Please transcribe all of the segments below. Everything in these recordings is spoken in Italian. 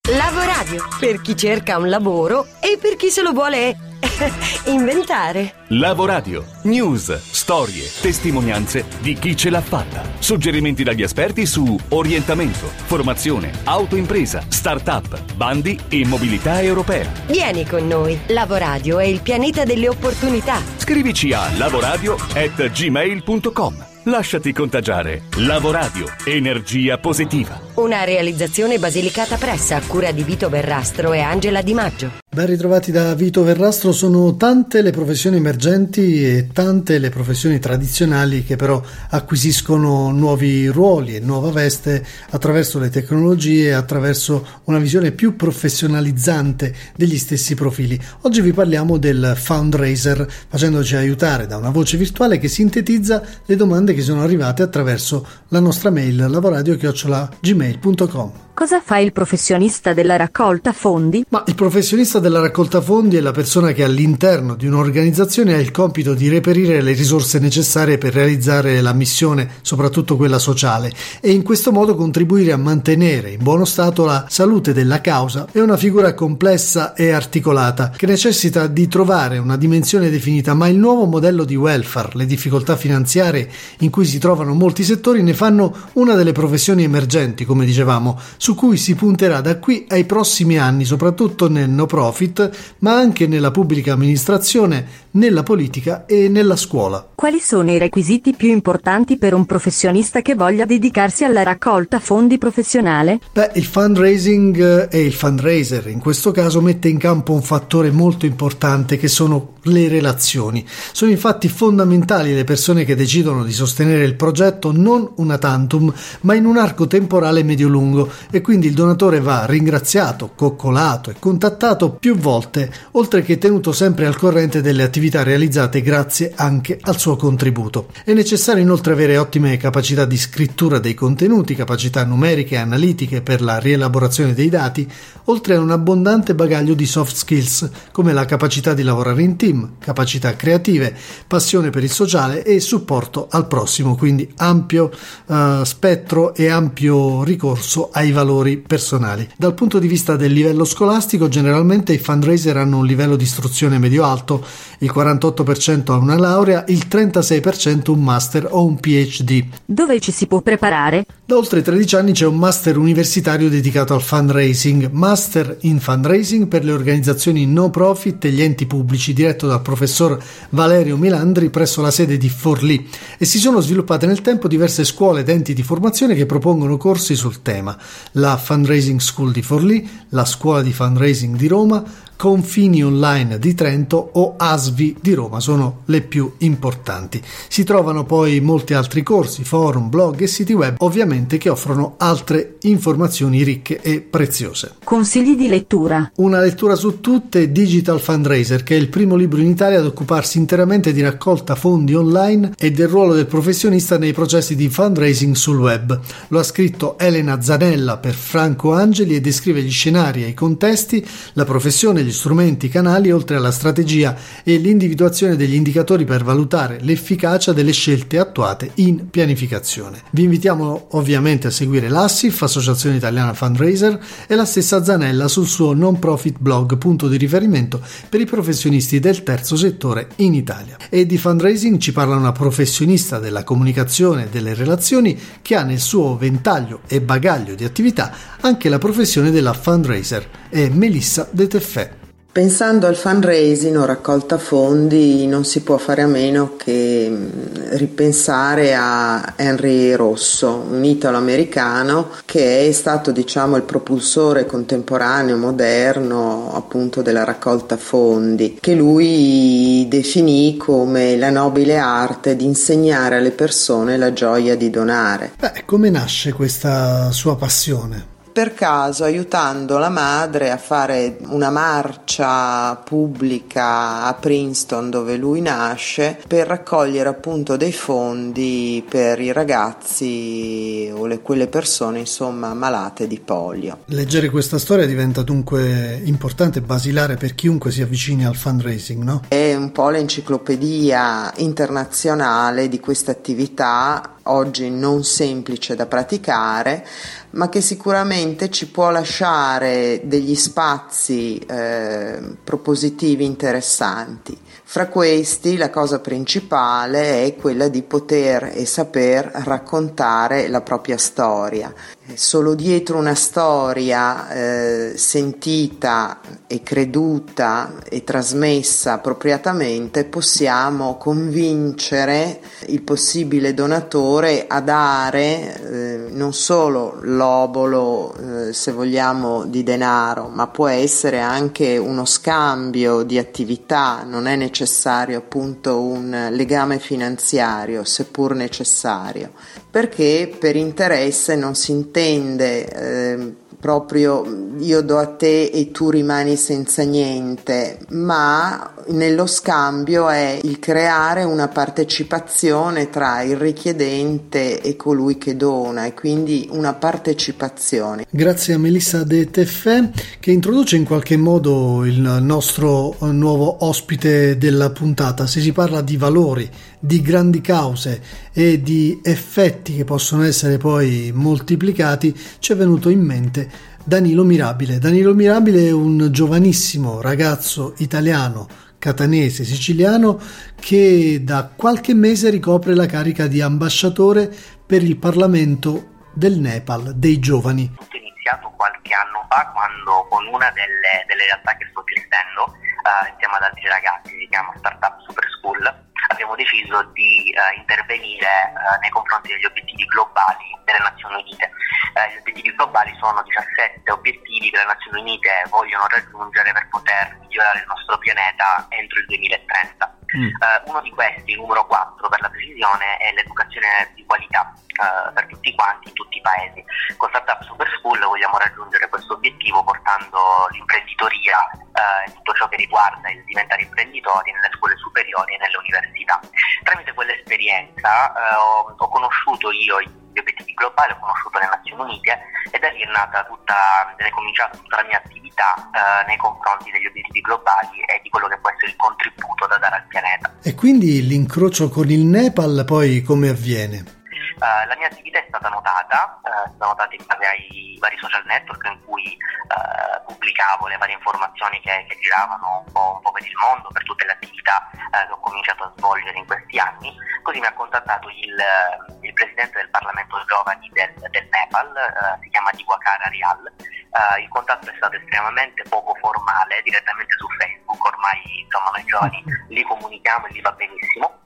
Lavoradio, per chi cerca un lavoro e per chi se lo vuole inventare. Lavoradio, news, storie, testimonianze di chi ce l'ha fatta. Suggerimenti dagli esperti su orientamento, formazione, autoimpresa, start-up, bandi e mobilità europea. Vieni con noi. Lavoradio è il pianeta delle opportunità. Scrivici a lavoradio@gmail.com. Lasciati contagiare. Lavoradio, energia positiva. Una realizzazione Basilicata Press a cura di Vito Verrastro e Angela Di Maggio. Ben ritrovati da Vito Verrastro. Sono tante le professioni emergenti e tante le professioni tradizionali che però acquisiscono nuovi ruoli e nuova veste attraverso le tecnologie, attraverso una visione più professionalizzante degli stessi profili. Oggi vi parliamo del fundraiser, facendoci aiutare da una voce virtuale che sintetizza le domande che sono arrivate attraverso la nostra mail lavoradio@gmail.com. Cosa fa il professionista della raccolta fondi? Ma il professionista della raccolta fondi è la persona che all'interno di un'organizzazione ha il compito di reperire le risorse necessarie per realizzare la missione, soprattutto quella sociale, e in questo modo contribuire a mantenere in buono stato la salute della causa. È una figura complessa e articolata che necessita di trovare una dimensione definita, ma il nuovo modello di welfare, le difficoltà finanziarie in cui si trovano molti settori ne fanno una delle professioni emergenti, come dicevamo, su cui si punterà da qui ai prossimi anni, soprattutto nel no profit, ma anche nella pubblica amministrazione, nella politica e nella scuola. Quali sono i requisiti più importanti per un professionista che voglia dedicarsi alla raccolta fondi professionale? Il fundraising e il fundraiser in questo caso mette in campo un fattore molto importante che sono le relazioni. Sono infatti fondamentali le persone che decidono di sostenere il progetto non una tantum, ma in un arco temporale medio-lungo, e quindi il donatore va ringraziato, coccolato e contattato più volte, oltre che tenuto sempre al corrente delle attività realizzate grazie anche al suo contributo. È necessario inoltre avere ottime capacità di scrittura dei contenuti, capacità numeriche e analitiche per la rielaborazione dei dati, oltre a un abbondante bagaglio di soft skills come la capacità di lavorare in team, capacità creative, passione per il sociale e supporto al prossimo, quindi ampio spettro e ampio ricorso ai valori personali. Dal punto di vista del livello scolastico, generalmente i fundraiser hanno un livello di istruzione medio-alto, il 48% ha una laurea, il 36% un master o un PhD. Dove ci si può preparare? Da oltre 13 anni c'è un master universitario dedicato al fundraising, Master in Fundraising per le organizzazioni no profit e gli enti pubblici, diretto dal professor Valerio Melandri presso la sede di Forlì, e si sono sviluppate nel tempo diverse scuole ed enti di formazione che propongono corsi sul tema: la Fundraising School di Forlì, la Scuola di Fundraising di Roma, Confini Online di Trento o ASVI di Roma sono le più importanti. Si trovano poi molti altri corsi, forum, blog e siti web, ovviamente, che offrono altre informazioni ricche e preziose. Consigli di lettura. Una lettura su tutte è Digital Fundraiser, che è il primo libro in Italia ad occuparsi interamente di raccolta fondi online e del ruolo del professionista nei processi di fundraising sul web. Lo ha scritto Elena Zanella per Franco Angeli e descrive gli scenari e i contesti, la professione, gli strumenti, i canali, oltre alla strategia e l'individuazione degli indicatori per valutare l'efficacia delle scelte attuate in pianificazione. Vi invitiamo ovviamente a seguire l'ASSIF, Associazione Italiana Fundraiser, e la stessa Zanella sul suo non-profit blog, punto di riferimento per i professionisti del terzo settore in Italia. E di fundraising ci parla una professionista della comunicazione e delle relazioni che ha nel suo ventaglio e bagaglio di attività anche la professione della fundraiser, è Melissa De Teffè. Pensando al fundraising o raccolta fondi non si può fare a meno che ripensare a Henry Rosso, un italo-americano che è stato, il propulsore contemporaneo, moderno, appunto, della raccolta fondi, che lui definì come la nobile arte di insegnare alle persone la gioia di donare. Come nasce questa sua passione? Per caso, aiutando la madre a fare una marcia pubblica a Princeton, dove lui nasce, per raccogliere appunto dei fondi per i ragazzi o quelle persone malate di polio. Leggere questa storia diventa dunque importante e basilare per chiunque si avvicini al fundraising, no? È un po' l'enciclopedia internazionale di questa attività. oggi non semplice da praticare, ma che sicuramente ci può lasciare degli spazi propositivi interessanti. Fra questi la cosa principale è quella di poter e saper raccontare la propria storia. Solo dietro una storia sentita e creduta e trasmessa appropriatamente possiamo convincere il possibile donatore a dare non solo l'obolo, se vogliamo, di denaro, ma può essere anche uno scambio di attività. Non è necessario appunto un legame finanziario, seppur necessario, perché per interesse non si intende proprio io do a te e tu rimani senza niente, ma nello scambio è il creare una partecipazione tra il richiedente e colui che dona, e quindi una partecipazione. Grazie a Melissa De Teffè, che introduce in qualche modo il nostro nuovo ospite della puntata. Se si parla di valori, di grandi cause e di effetti che possono essere poi moltiplicati, ci è venuto in mente Danilo Mirabile. Danilo Mirabile è un giovanissimo ragazzo italiano, catanese, siciliano, che da qualche mese ricopre la carica di ambasciatore per il Parlamento del Nepal dei giovani. Tutto è iniziato qualche anno fa, quando con una delle realtà che sto gestendo insieme ad altri ragazzi, si chiama Startup Super School, abbiamo deciso di intervenire nei confronti degli obiettivi globali delle Nazioni Unite. Gli obiettivi globali sono 17 obiettivi che le Nazioni Unite vogliono raggiungere per poter migliorare il nostro pianeta entro il 2030. Uno di questi, il numero 4 per la precisione, è l'educazione di qualità per tutti quanti, in tutti i paesi. Con Startup Super School vogliamo raggiungere questo obiettivo portando l'imprenditoria e tutto ciò che riguarda il diventare imprenditori nelle scuole superiori e nelle università. Tramite quell'esperienza ho conosciuto io gli obiettivi globali, ho conosciuto le Nazioni Unite, e da lì è cominciata tutta la mia attività nei confronti degli obiettivi globali e di quello che può essere il contributo da dare al pianeta. E quindi l'incrocio con il Nepal poi come avviene? La mia attività è stata notata in base ai vari social network in cui pubblicavo le varie informazioni che giravano un po' per il mondo, per tutte le attività che ho cominciato a svolgere in questi anni. Così mi ha contattato il presidente del Parlamento Giovani del Nepal, si chiama Diwakar Arial. Il contatto è stato estremamente poco formale, direttamente su Facebook. Ormai insomma noi giovani li comunichiamo e li va benissimo.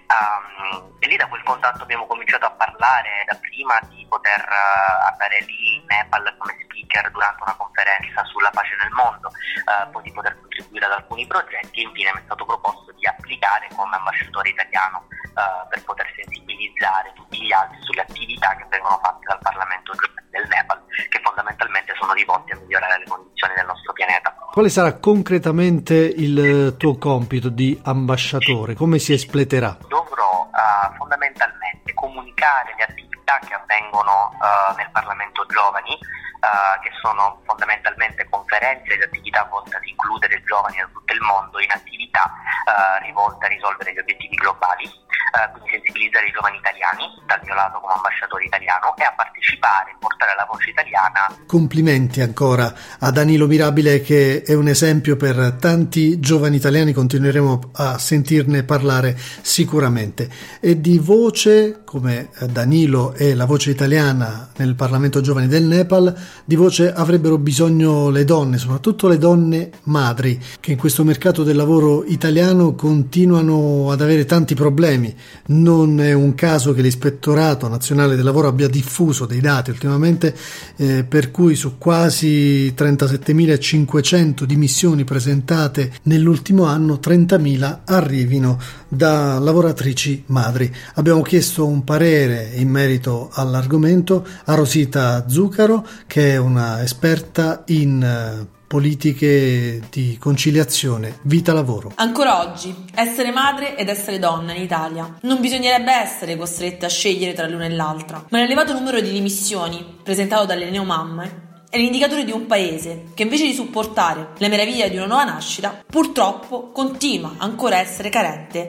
E lì da quel contatto abbiamo cominciato a parlare, da prima di poter andare lì in Nepal come speaker durante una conferenza sulla pace nel mondo, poi di poter contribuire ad alcuni progetti, e infine mi è stato proposto di applicare come ambasciatore italiano per poter sensibilizzare tutti gli altri sulle attività che vengono fatte dal Parlamento del Nepal, che fondamentalmente sono rivolte a migliorare le condizioni del nostro pianeta. Quale sarà concretamente il tuo compito di ambasciatore? Come si espleterà? Dovrò fondamentalmente comunicare le attività che avvengono nel Parlamento Giovani, che sono fondamentalmente conferenze ed attività volte ad includere giovani da tutto il mondo in attività rivolte a risolvere gli obiettivi globali, quindi sensibilizzare i giovani italiani dal mio lato come ambasciatore italiano e a partecipare, portare la voce italiana. Complimenti ancora a Danilo Mirabile, che è un esempio per tanti giovani italiani, continueremo a sentirne parlare sicuramente. E di voce, come Danilo è la voce italiana nel Parlamento Giovani del Nepal, di voce avrebbero bisogno le donne, soprattutto le donne madri, che in questo mercato del lavoro italiano continuano ad avere tanti problemi. Non è un caso che l'Ispettorato Nazionale del Lavoro abbia diffuso dei dati ultimamente per cui su quasi 37.500 dimissioni presentate nell'ultimo anno 30.000 arrivino da lavoratrici madri. Abbiamo chiesto un parere in merito all'argomento a Rosita Zuccaro, che è una esperta in politiche di conciliazione vita-lavoro. Ancora oggi, essere madre ed essere donna in Italia non bisognerebbe essere costrette a scegliere tra l'una e l'altra, ma l'elevato numero di dimissioni presentato dalle neomamme è l'indicatore di un paese che, invece di supportare la meraviglia di una nuova nascita, purtroppo continua ancora a essere carente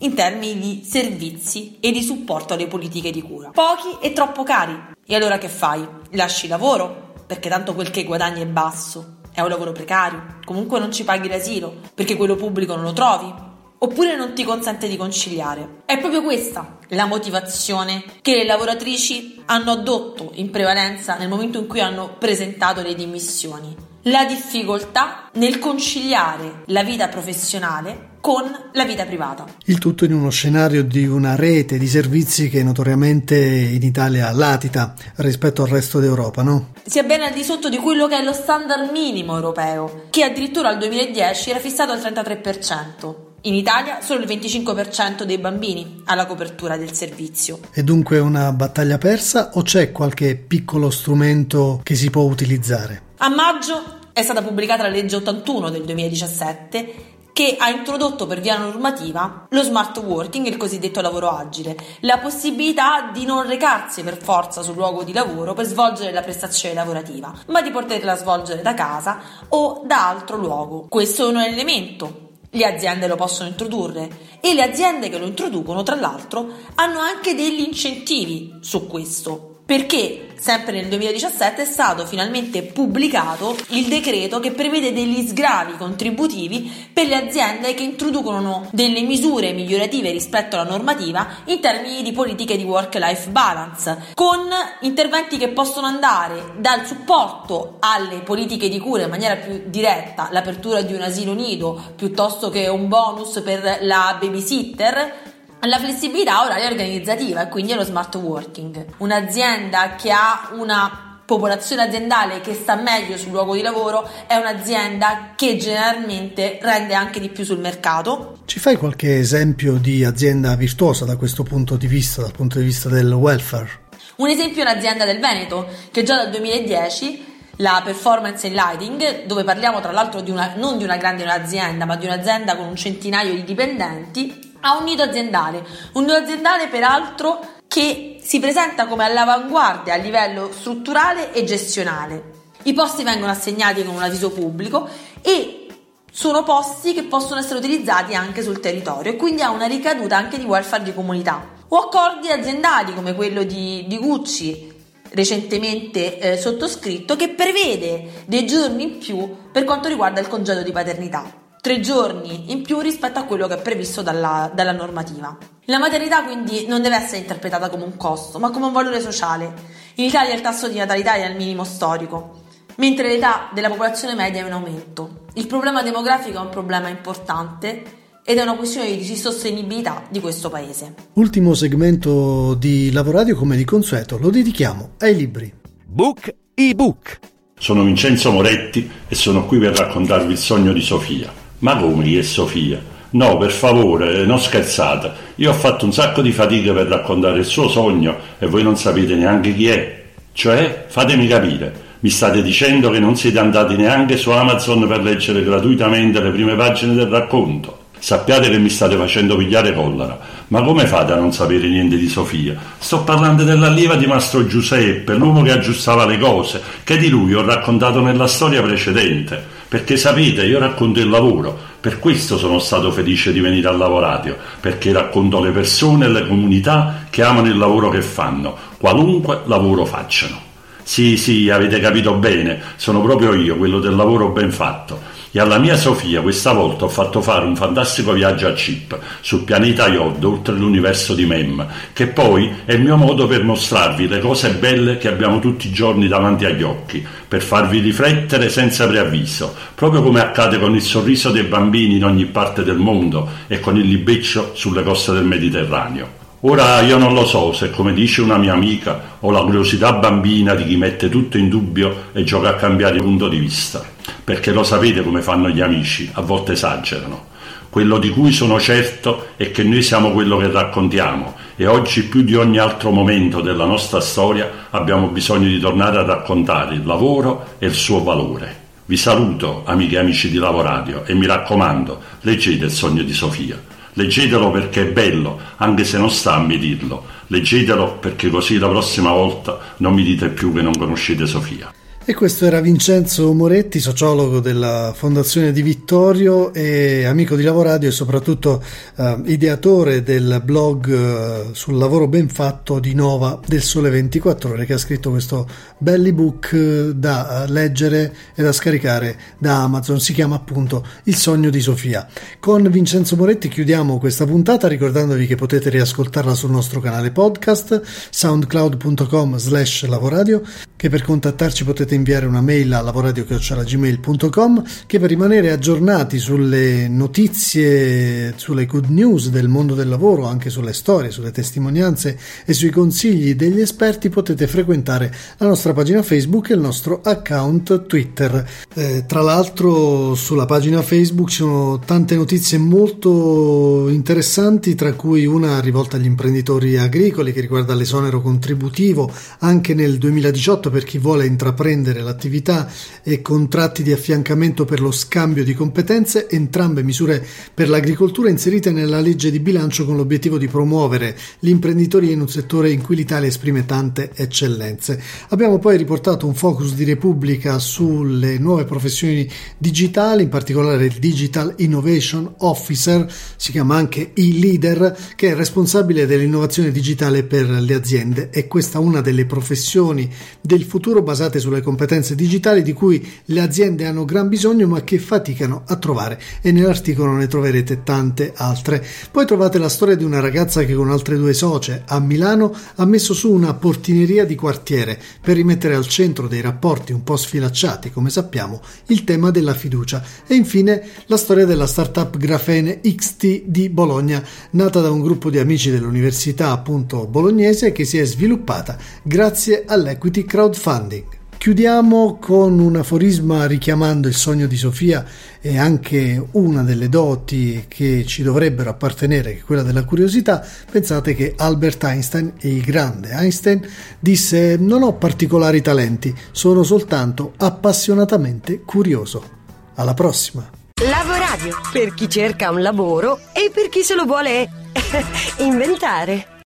in termini di servizi e di supporto alle politiche di cura. Pochi e troppo cari. E allora che fai? Lasci il lavoro? Perché tanto quel che guadagni è basso. È un lavoro precario. Comunque non ci paghi l'asilo, perché quello pubblico non lo trovi. Oppure non ti consente di conciliare. È proprio questa la motivazione che le lavoratrici hanno addotto in prevalenza nel momento in cui hanno presentato le dimissioni. La difficoltà nel conciliare la vita professionale con la vita privata. Il tutto in uno scenario di una rete di servizi che notoriamente in Italia latita rispetto al resto d'Europa, no? Si è ben al di sotto di quello che è lo standard minimo europeo, che addirittura al 2010 era fissato al 33%. In Italia solo il 25% dei bambini ha la copertura del servizio. È dunque una battaglia persa o c'è qualche piccolo strumento che si può utilizzare? A maggio è stata pubblicata la legge 81 del 2017 che ha introdotto per via normativa lo smart working, il cosiddetto lavoro agile, la possibilità di non recarsi per forza sul luogo di lavoro per svolgere la prestazione lavorativa, ma di poterla svolgere da casa o da altro luogo. Questo è un elemento. Le aziende lo possono introdurre e le aziende che lo introducono, tra l'altro, hanno anche degli incentivi su questo. Perché sempre nel 2017 è stato finalmente pubblicato il decreto che prevede degli sgravi contributivi per le aziende che introducono delle misure migliorative rispetto alla normativa in termini di politiche di work-life balance, con interventi che possono andare dal supporto alle politiche di cura in maniera più diretta, l'apertura di un asilo nido piuttosto che un bonus per la babysitter, la flessibilità oraria organizzativa e quindi lo smart working. Un'azienda che ha una popolazione aziendale che sta meglio sul luogo di lavoro è un'azienda che generalmente rende anche di più sul mercato. Ci fai qualche esempio di azienda virtuosa da questo punto di vista, dal punto di vista del welfare? Un esempio è un'azienda del Veneto che già dal 2010, la Performance and Lighting, dove parliamo tra l'altro non di una grande azienda ma di un'azienda con un centinaio di dipendenti, ha un nido aziendale peraltro che si presenta come all'avanguardia a livello strutturale e gestionale. I posti vengono assegnati con un avviso pubblico e sono posti che possono essere utilizzati anche sul territorio e quindi ha una ricaduta anche di welfare di comunità. O accordi aziendali come quello di Gucci recentemente sottoscritto, che prevede dei giorni in più per quanto riguarda il congedo di paternità. 3 giorni in più rispetto a quello che è previsto dalla normativa. La maternità quindi non deve essere interpretata come un costo, ma come un valore sociale. In Italia il tasso di natalità è al minimo storico, mentre l'età della popolazione media è in aumento. Il problema demografico è un problema importante ed è una questione di sostenibilità di questo paese. Ultimo segmento di Lavoradio, come di consueto, lo dedichiamo ai libri. Book ebook. Sono Vincenzo Moretti e sono qui per raccontarvi il sogno di Sofia. Ma come chi è Sofia? No, per favore, non scherzate. Io ho fatto un sacco di fatica per raccontare il suo sogno e voi non sapete neanche chi è. Cioè, fatemi capire, mi state dicendo che non siete andati neanche su Amazon per leggere gratuitamente le prime pagine del racconto? Sappiate che mi state facendo pigliare collera. Ma come fate a non sapere niente di Sofia? Sto parlando dell'allieva di Mastro Giuseppe, l'uomo che aggiustava le cose, che di lui ho raccontato nella storia precedente. Perché sapete, io racconto il lavoro, per questo sono stato felice di venire al Lavoradio, perché racconto le persone e le comunità che amano il lavoro che fanno, qualunque lavoro facciano. Sì, avete capito bene, sono proprio io, quello del lavoro ben fatto. E alla mia Sofia questa volta ho fatto fare un fantastico viaggio a Chip sul pianeta Yod, oltre l'universo di Mem, che poi è il mio modo per mostrarvi le cose belle che abbiamo tutti i giorni davanti agli occhi, per farvi riflettere senza preavviso, proprio come accade con il sorriso dei bambini in ogni parte del mondo e con il libeccio sulle coste del Mediterraneo. Ora io non lo so se, come dice una mia amica, ho la curiosità bambina di chi mette tutto in dubbio e gioca a cambiare punto di vista, perché lo sapete come fanno gli amici, a volte esagerano. Quello di cui sono certo è che noi siamo quello che raccontiamo e oggi più di ogni altro momento della nostra storia abbiamo bisogno di tornare a raccontare il lavoro e il suo valore. Vi saluto, amiche e amici di Lavoradio, e mi raccomando, leggete Il sogno di Sofia. Leggetelo perché è bello, anche se non sta a me dirlo. Leggetelo perché così la prossima volta non mi dite più che non conoscete Sofia. E questo era Vincenzo Moretti, sociologo della Fondazione Di Vittorio e amico di Lavoradio e soprattutto ideatore del blog sul lavoro ben fatto di Nova del Sole 24 Ore, che ha scritto questo bell'ebook da leggere e da scaricare da Amazon. Si chiama appunto Il sogno di Sofia. Con Vincenzo Moretti chiudiamo questa puntata ricordandovi che potete riascoltarla sul nostro canale podcast soundcloud.com/lavoradio, che per contattarci potete inviare una mail a lavoradio@gmail.com, che per rimanere aggiornati sulle notizie, sulle good news del mondo del lavoro, anche sulle storie, sulle testimonianze e sui consigli degli esperti potete frequentare la nostra pagina Facebook e il nostro account Twitter. Tra l'altro sulla pagina Facebook ci sono tante notizie molto interessanti, tra cui una rivolta agli imprenditori agricoli che riguarda l'esonero contributivo anche nel 2018 per chi vuole intraprendere l'attività e contratti di affiancamento per lo scambio di competenze, entrambe misure per l'agricoltura inserite nella legge di bilancio con l'obiettivo di promuovere l'imprenditoria in un settore in cui l'Italia esprime tante eccellenze. Abbiamo poi riportato un focus di Repubblica sulle nuove professioni digitali, in particolare il Digital Innovation Officer, si chiama anche e-leader, che è responsabile dell'innovazione digitale per le aziende. È questa una delle professioni del futuro basate sulle competenze digitali di cui le aziende hanno gran bisogno ma che faticano a trovare, e nell'articolo ne troverete tante altre. Poi trovate la storia di una ragazza che con altre 2 socie a Milano ha messo su una portineria di quartiere per rimettere al centro dei rapporti un po' sfilacciati, come sappiamo, il tema della fiducia. E infine la storia della startup Grafene XT di Bologna, nata da un gruppo di amici dell'università appunto bolognese, che si è sviluppata grazie all'equity crowdfunding. Chiudiamo con un aforisma richiamando il sogno di Sofia e anche una delle doti che ci dovrebbero appartenere, che è quella della curiosità. Pensate che Albert Einstein, il grande Einstein, disse: non ho particolari talenti, sono soltanto appassionatamente curioso. Alla prossima! Lavoradio, per chi cerca un lavoro e per chi se lo vuole inventare.